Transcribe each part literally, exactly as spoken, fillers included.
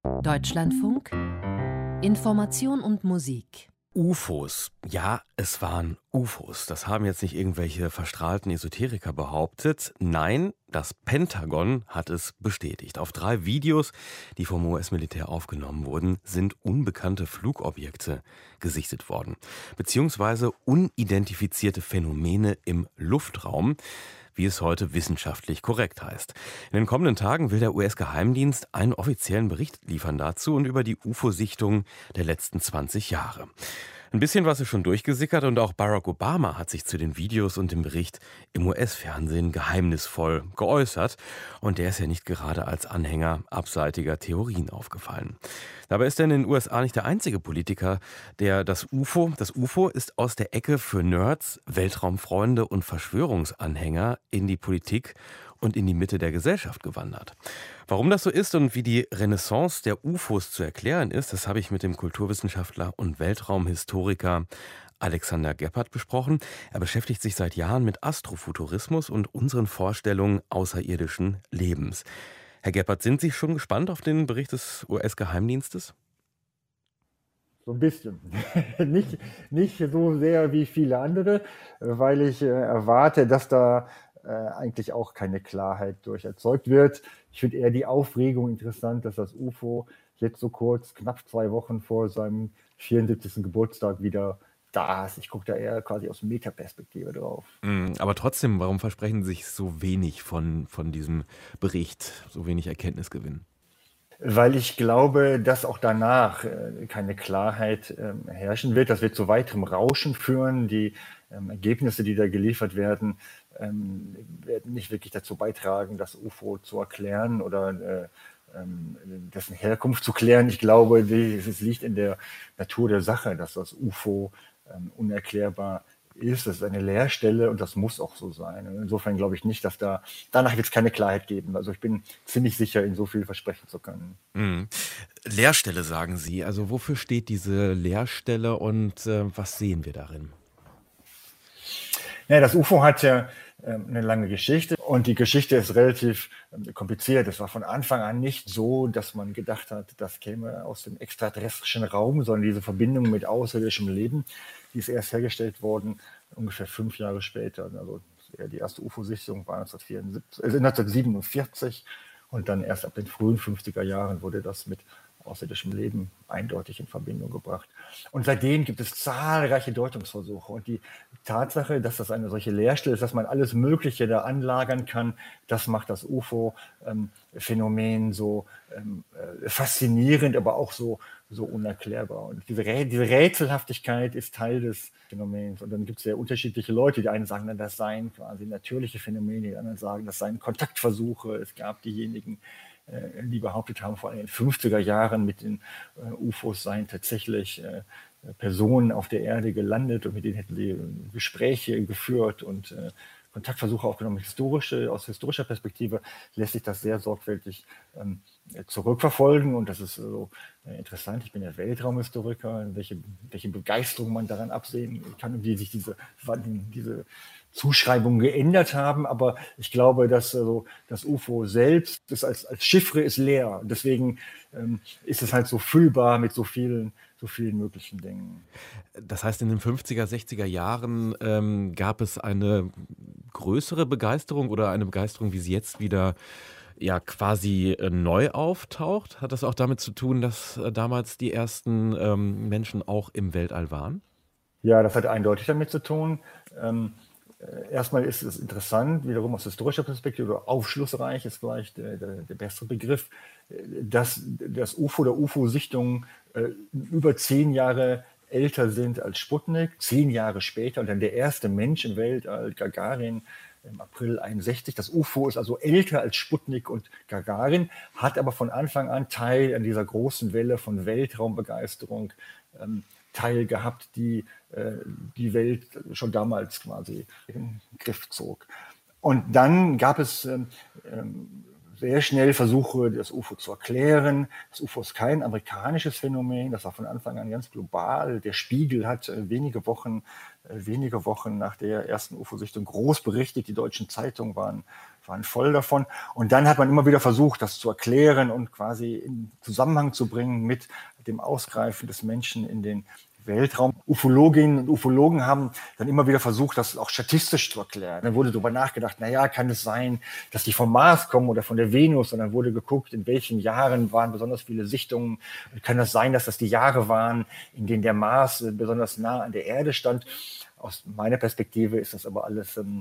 Deutschlandfunk Information und Musik. U F Os. Ja, es waren U F Os. Das haben jetzt nicht irgendwelche verstrahlten Esoteriker behauptet. Nein, das Pentagon hat es bestätigt. Auf drei Videos, die vom U S-Militär aufgenommen wurden, sind unbekannte Flugobjekte gesichtet worden. Beziehungsweise unidentifizierte Phänomene im Luftraum, wie es heute wissenschaftlich korrekt heißt. In den kommenden Tagen will der U S-Geheimdienst einen offiziellen Bericht liefern dazu und über die U F O-Sichtung der letzten zwanzig Jahre. Ein bisschen was ist schon durchgesickert und auch Barack Obama hat sich zu den Videos und dem Bericht im U S-Fernsehen geheimnisvoll geäußert. Und der ist ja nicht gerade als Anhänger abseitiger Theorien aufgefallen. Dabei ist er in den U S A nicht der einzige Politiker, der das U F O, das U F O ist aus der Ecke für Nerds, Weltraumfreunde und Verschwörungsanhänger in die Politik und in die Mitte der Gesellschaft gewandert. Warum das so ist und wie die Renaissance der U F Os zu erklären ist, das habe ich mit dem Kulturwissenschaftler und Weltraumhistoriker Alexander Geppert besprochen. Er beschäftigt sich seit Jahren mit Astrofuturismus und unseren Vorstellungen außerirdischen Lebens. Herr Geppert, sind Sie schon gespannt auf den Bericht des U S-Geheimdienstes? So ein bisschen. nicht, nicht so sehr wie viele andere, weil ich äh, erwarte, dass da äh, eigentlich auch keine Klarheit durch erzeugt wird. Ich finde eher die Aufregung interessant, dass das U F O jetzt so kurz, knapp zwei Wochen vor seinem vierundsiebzigsten Geburtstag wieder da ist. Ich gucke da eher quasi aus Metaperspektive drauf. Mm, aber trotzdem, warum versprechen Sie sich so wenig von, von diesem Bericht, so wenig Erkenntnisgewinn? Weil ich glaube, dass auch danach äh, keine Klarheit ähm, herrschen wird. Das wird zu weiterem Rauschen führen. Die ähm, Ergebnisse, die da geliefert werden, ähm, werden nicht wirklich dazu beitragen, das U F O zu erklären oder äh, ähm, dessen Herkunft zu klären. Ich glaube, die, es liegt in der Natur der Sache, dass das U F O ähm, unerklärbar ist. Das ist eine Leerstelle und das muss auch so sein. Und insofern glaube ich nicht, dass da danach wird es keine Klarheit geben. Also ich bin ziemlich sicher, in so viel versprechen zu können. Mhm. Leerstelle, sagen Sie. Also wofür steht diese Leerstelle und äh, was sehen wir darin? Ja, das U F O hat ja ähm, eine lange Geschichte und die Geschichte ist relativ ähm, kompliziert. Es war von Anfang an nicht so, dass man gedacht hat, das käme aus dem extraterrestrischen Raum, sondern diese Verbindung mit außerirdischem Leben, die ist erst hergestellt worden, ungefähr fünf Jahre später. Also die erste U F O-Sichtung war neunzehnhundertsiebenundvierzig und dann erst ab den frühen fünfziger Jahren wurde das mit außerirdischem Leben eindeutig in Verbindung gebracht. Und seitdem gibt es zahlreiche Deutungsversuche. Und die Tatsache, dass das eine solche Leerstelle ist, dass man alles Mögliche da anlagern kann, das macht das U F O-Phänomen so ähm, faszinierend, aber auch so, so unerklärbar. Und diese, Rä- diese Rätselhaftigkeit ist Teil des Phänomens. Und dann gibt es ja unterschiedliche Leute. Die einen sagen, das seien quasi natürliche Phänomene, die anderen sagen, das seien Kontaktversuche. Es gab diejenigen, die behauptet haben, vor allem in den fünfziger Jahren mit den äh, U F Os seien tatsächlich äh, Personen auf der Erde gelandet und mit denen hätten sie Gespräche geführt und äh, Kontaktversuche aufgenommen. Historische, aus historischer Perspektive lässt sich das sehr sorgfältig ähm, zurückverfolgen und das ist so äh, interessant. Ich bin ja Weltraumhistoriker, welche, welche Begeisterung man daran absehen kann und wie sich diese, diese Zuschreibungen geändert haben, aber ich glaube, dass also, das U F O selbst das als, als Chiffre ist leer. Deswegen ähm, ist es halt so füllbar mit so vielen, so vielen möglichen Dingen. Das heißt, in den fünfziger, sechziger Jahren ähm, gab es eine größere Begeisterung oder eine Begeisterung, wie sie jetzt wieder ja quasi äh, neu auftaucht? Hat das auch damit zu tun, dass äh, damals die ersten ähm, Menschen auch im Weltall waren? Ja, das hat eindeutig damit zu tun. Ähm, äh, erstmal ist es interessant, wiederum aus historischer Perspektive, oder aufschlussreich ist vielleicht der, der, der bessere Begriff, äh, dass das U F O oder U F O-Sichtungen äh, über zehn Jahre älter sind als Sputnik, zehn Jahre später und dann der erste Mensch im Weltall, Gagarin, im April einundsechzig. Das U F O ist also älter als Sputnik und Gagarin, hat aber von Anfang an Teil an dieser großen Welle von Weltraumbegeisterung ähm, Teil gehabt, die äh, die Welt schon damals quasi in den Griff zog. Und dann gab es ähm, ähm, sehr schnell Versuche, das U F O zu erklären. Das U F O ist kein amerikanisches Phänomen, das war von Anfang an ganz global. Der Spiegel hat äh, wenige Wochen, äh, wenige Wochen nach der ersten U F O-Sichtung groß berichtet. Die deutschen Zeitungen waren waren voll davon. Und dann hat man immer wieder versucht, das zu erklären und quasi in Zusammenhang zu bringen mit dem Ausgreifen des Menschen in den Weltraum. Ufologinnen und Ufologen haben dann immer wieder versucht, das auch statistisch zu erklären. Dann wurde darüber nachgedacht, naja, kann es sein, dass die vom Mars kommen oder von der Venus? Und dann wurde geguckt, in welchen Jahren waren besonders viele Sichtungen. Und kann das sein, dass das die Jahre waren, in denen der Mars besonders nah an der Erde stand? Aus meiner Perspektive ist das aber alles... Ähm,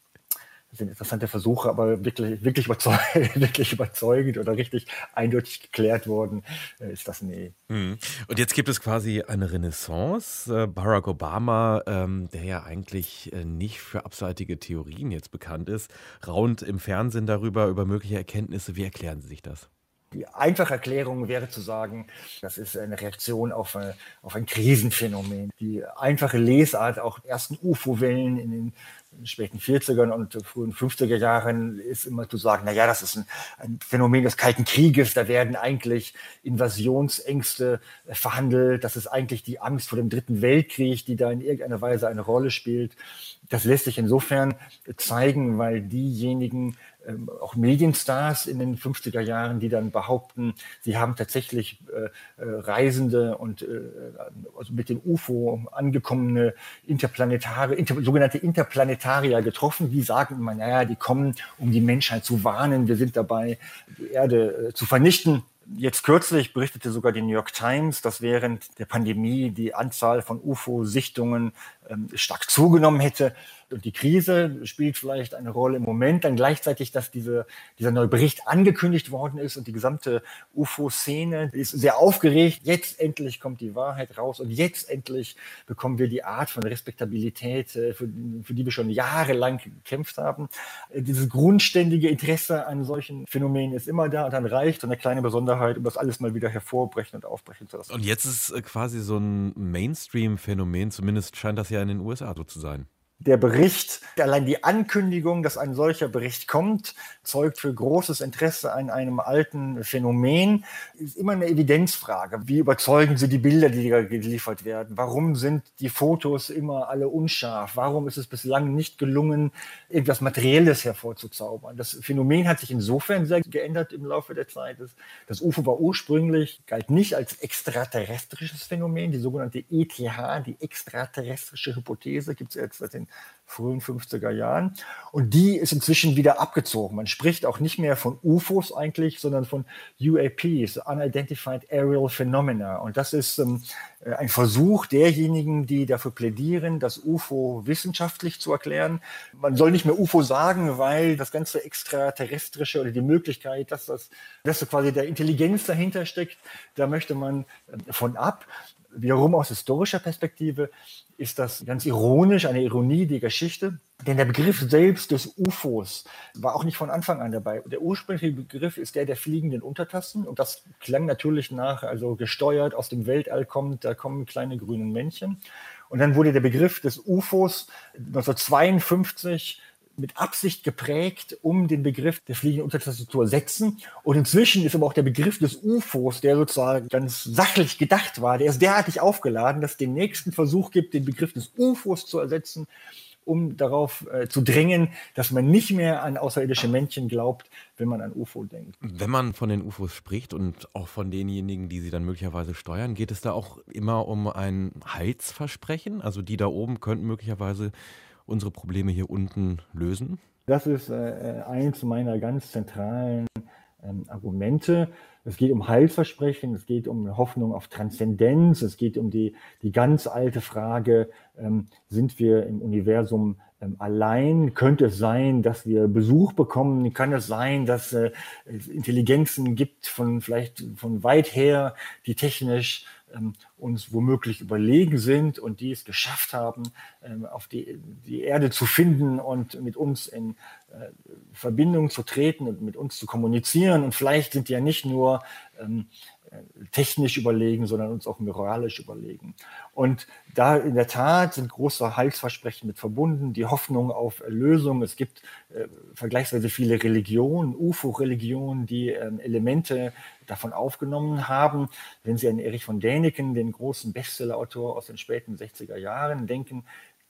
Das sind interessante Versuche, aber wirklich, wirklich, überzeug wirklich überzeugend oder richtig eindeutig geklärt worden äh, ist das nie. Mhm. Und jetzt gibt es quasi eine Renaissance. Äh, Barack Obama, ähm, der ja eigentlich äh, nicht für abseitige Theorien jetzt bekannt ist, raunt im Fernsehen darüber, über mögliche Erkenntnisse. Wie erklären Sie sich das? Die einfache Erklärung wäre zu sagen, das ist eine Reaktion auf, eine, auf ein Krisenphänomen. Die einfache Lesart auch ersten U F O-Wellen in den späten vierzigern und frühen fünfziger Jahren ist immer zu sagen, na ja, das ist ein, ein Phänomen des Kalten Krieges, da werden eigentlich Invasionsängste verhandelt, das ist eigentlich die Angst vor dem Dritten Weltkrieg, die da in irgendeiner Weise eine Rolle spielt. Das lässt sich insofern zeigen, weil diejenigen, ähm, auch Medienstars in den fünfziger Jahren, die dann behaupten, sie haben tatsächlich äh, Reisende und äh, also mit dem U F O angekommene Interplanetare, inter, sogenannte Interplanetarier getroffen, die sagen immer, naja, die kommen, um die Menschheit zu warnen, wir sind dabei, die Erde äh, zu vernichten. Jetzt kürzlich berichtete sogar die New York Times, dass während der Pandemie die Anzahl von U F O-Sichtungen ähm, stark zugenommen hätte. Und die Krise spielt vielleicht eine Rolle im Moment. Dann gleichzeitig, dass diese, dieser neue Bericht angekündigt worden ist und die gesamte U F O-Szene ist sehr aufgeregt. Jetzt endlich kommt die Wahrheit raus und jetzt endlich bekommen wir die Art von Respektabilität, äh, für, für die wir schon jahrelang gekämpft haben. Äh, dieses grundständige Interesse an solchen Phänomenen ist immer da und dann reicht so eine kleine Besonderheit, um das alles mal wieder hervorbrechen und aufbrechen zu lassen. Und jetzt ist es quasi so ein Mainstream-Phänomen, zumindest scheint das ja in den U S A so zu sein. Der Bericht, allein die Ankündigung, dass ein solcher Bericht kommt, zeugt für großes Interesse an einem alten Phänomen. Ist immer eine Evidenzfrage. Wie überzeugen Sie die Bilder, die da geliefert werden? Warum sind die Fotos immer alle unscharf? Warum ist es bislang nicht gelungen, etwas Materielles hervorzuzaubern? Das Phänomen hat sich insofern sehr geändert im Laufe der Zeit. Das U F O war ursprünglich, galt nicht als extraterrestrisches Phänomen, die sogenannte E T H, die extraterrestrische Hypothese, gibt es jetzt seit den frühen fünfziger Jahren. Und die ist inzwischen wieder abgezogen. Man spricht auch nicht mehr von U F Os eigentlich, sondern von U A Ps, Unidentified Aerial Phenomena. Und das ist ähm, ein Versuch derjenigen, die dafür plädieren, das U F O wissenschaftlich zu erklären. Man soll nicht mehr U F O sagen, weil das ganze Extraterrestrische oder die Möglichkeit, dass das, dass so quasi der Intelligenz dahinter steckt, da möchte man äh, von ab. Wiederum aus historischer Perspektive ist das ganz ironisch, eine Ironie der Geschichte. Denn der Begriff selbst des U F Os war auch nicht von Anfang an dabei. Der ursprüngliche Begriff ist der der fliegenden Untertassen. Und das klang natürlich nach, also gesteuert aus dem Weltall kommt, da kommen kleine grüne Männchen. Und dann wurde der Begriff des U F Os neunzehnhundertzweiundfünfzig mit Absicht geprägt, um den Begriff der fliegenden Untertasse zu ersetzen. Und inzwischen ist aber auch der Begriff des U F Os, der sozusagen ganz sachlich gedacht war, der ist derartig aufgeladen, dass es den nächsten Versuch gibt, den Begriff des U F Os zu ersetzen, um darauf äh, zu drängen, dass man nicht mehr an außerirdische Männchen glaubt, wenn man an U F O denkt. Wenn man von den U F Os spricht und auch von denjenigen, die sie dann möglicherweise steuern, geht es da auch immer um ein Heilsversprechen? Also die da oben könnten möglicherweise unsere Probleme hier unten lösen? Das ist äh, eins meiner ganz zentralen ähm, Argumente. Es geht um Heilsversprechen, es geht um Hoffnung auf Transzendenz, es geht um die, die ganz alte Frage, ähm, sind wir im Universum ähm, allein? Könnte es sein, dass wir Besuch bekommen? Kann es sein, dass äh, es Intelligenzen gibt von vielleicht von weit her, die technisch ähm, uns womöglich überlegen sind und die es geschafft haben, ähm, auf die, die Erde zu finden und mit uns in äh, Verbindung zu treten und mit uns zu kommunizieren. Und vielleicht sind die ja nicht nur ähm, technisch überlegen, sondern uns auch moralisch überlegen. Und da in der Tat sind große Heilsversprechen mit verbunden, die Hoffnung auf Erlösung. Es gibt äh, vergleichsweise viele Religionen, U F O-Religionen, die ähm, Elemente davon aufgenommen haben. Wenn Sie an Erich von Däniken, den großen Bestsellerautor aus den späten sechziger Jahren, denken,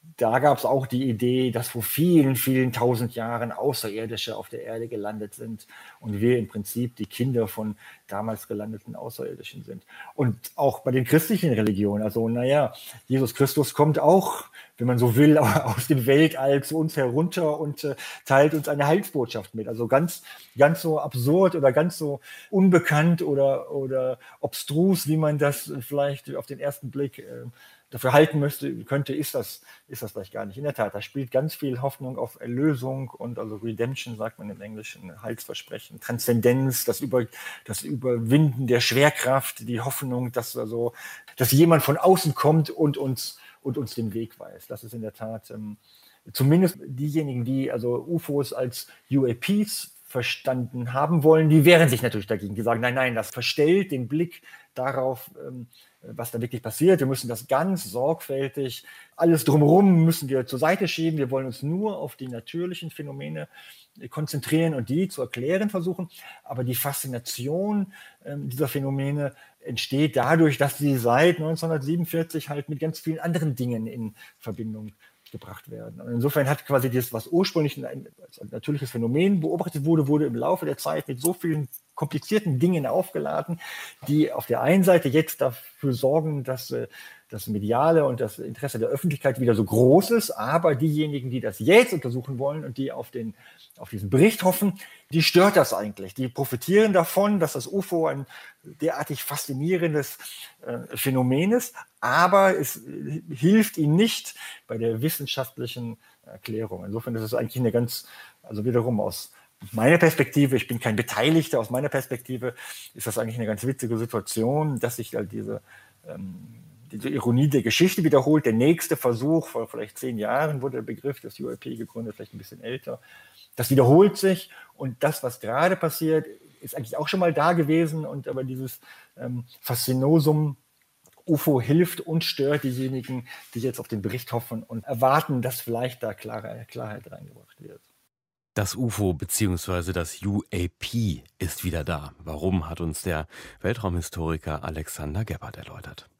da gab es auch die Idee, dass vor vielen, vielen tausend Jahren Außerirdische auf der Erde gelandet sind und wir im Prinzip die Kinder von damals gelandeten Außerirdischen sind. Und auch bei den christlichen Religionen, also naja, Jesus Christus kommt auch, wenn man so will, aus dem Weltall zu uns herunter und äh, teilt uns eine Heilsbotschaft mit. Also ganz, ganz so absurd oder ganz so unbekannt oder, oder obstrus, wie man das vielleicht auf den ersten Blick äh, dafür halten müsste, könnte, ist das, ist das vielleicht gar nicht. In der Tat, da spielt ganz viel Hoffnung auf Erlösung und also Redemption, sagt man im Englischen, Heilsversprechen, Transzendenz, das, Über, das Überwinden der Schwerkraft, die Hoffnung, dass, also, dass jemand von außen kommt und uns, und uns den Weg weist. Das ist in der Tat ähm, zumindest diejenigen, die also U F Os als U A Ps verstanden haben wollen, die wehren sich natürlich dagegen. Die sagen, nein, nein, das verstellt den Blick darauf, ähm, was da wirklich passiert. Wir müssen das ganz sorgfältig, alles drumherum müssen wir zur Seite schieben. Wir wollen uns nur auf die natürlichen Phänomene konzentrieren und die zu erklären versuchen. Aber die Faszination ähm, dieser Phänomene entsteht dadurch, dass sie seit neunzehnhundertsiebenundvierzig halt mit ganz vielen anderen Dingen in Verbindung gebracht werden. Und insofern hat quasi das, was ursprünglich ein, als ein natürliches Phänomen beobachtet wurde, wurde im Laufe der Zeit mit so vielen komplizierten Dingen aufgeladen, die auf der einen Seite jetzt dafür sorgen, dass äh, das Mediale und das Interesse der Öffentlichkeit wieder so groß ist, aber diejenigen, die das jetzt untersuchen wollen und die auf, den, auf diesen Bericht hoffen, die stört das eigentlich. Die profitieren davon, dass das U F O ein derartig faszinierendes äh, Phänomen ist, aber es äh, hilft ihnen nicht bei der wissenschaftlichen Erklärung. Insofern ist es eigentlich eine ganz, also wiederum aus meiner Perspektive, ich bin kein Beteiligter, aus meiner Perspektive ist das eigentlich eine ganz witzige Situation, dass sich halt diese ähm, diese Ironie der Geschichte wiederholt. Der nächste Versuch, vor vielleicht zehn Jahren wurde der Begriff des U A P gegründet, vielleicht ein bisschen älter. Das wiederholt sich und das, was gerade passiert, ist eigentlich auch schon mal da gewesen. Und aber dieses ähm, Faszinosum U F O hilft und stört diejenigen, die jetzt auf den Bericht hoffen und erwarten, dass vielleicht da klare Klarheit reingebracht wird. Das U F O bzw. das U A P ist wieder da. Warum, hat uns der Weltraumhistoriker Alexander Geppert erläutert.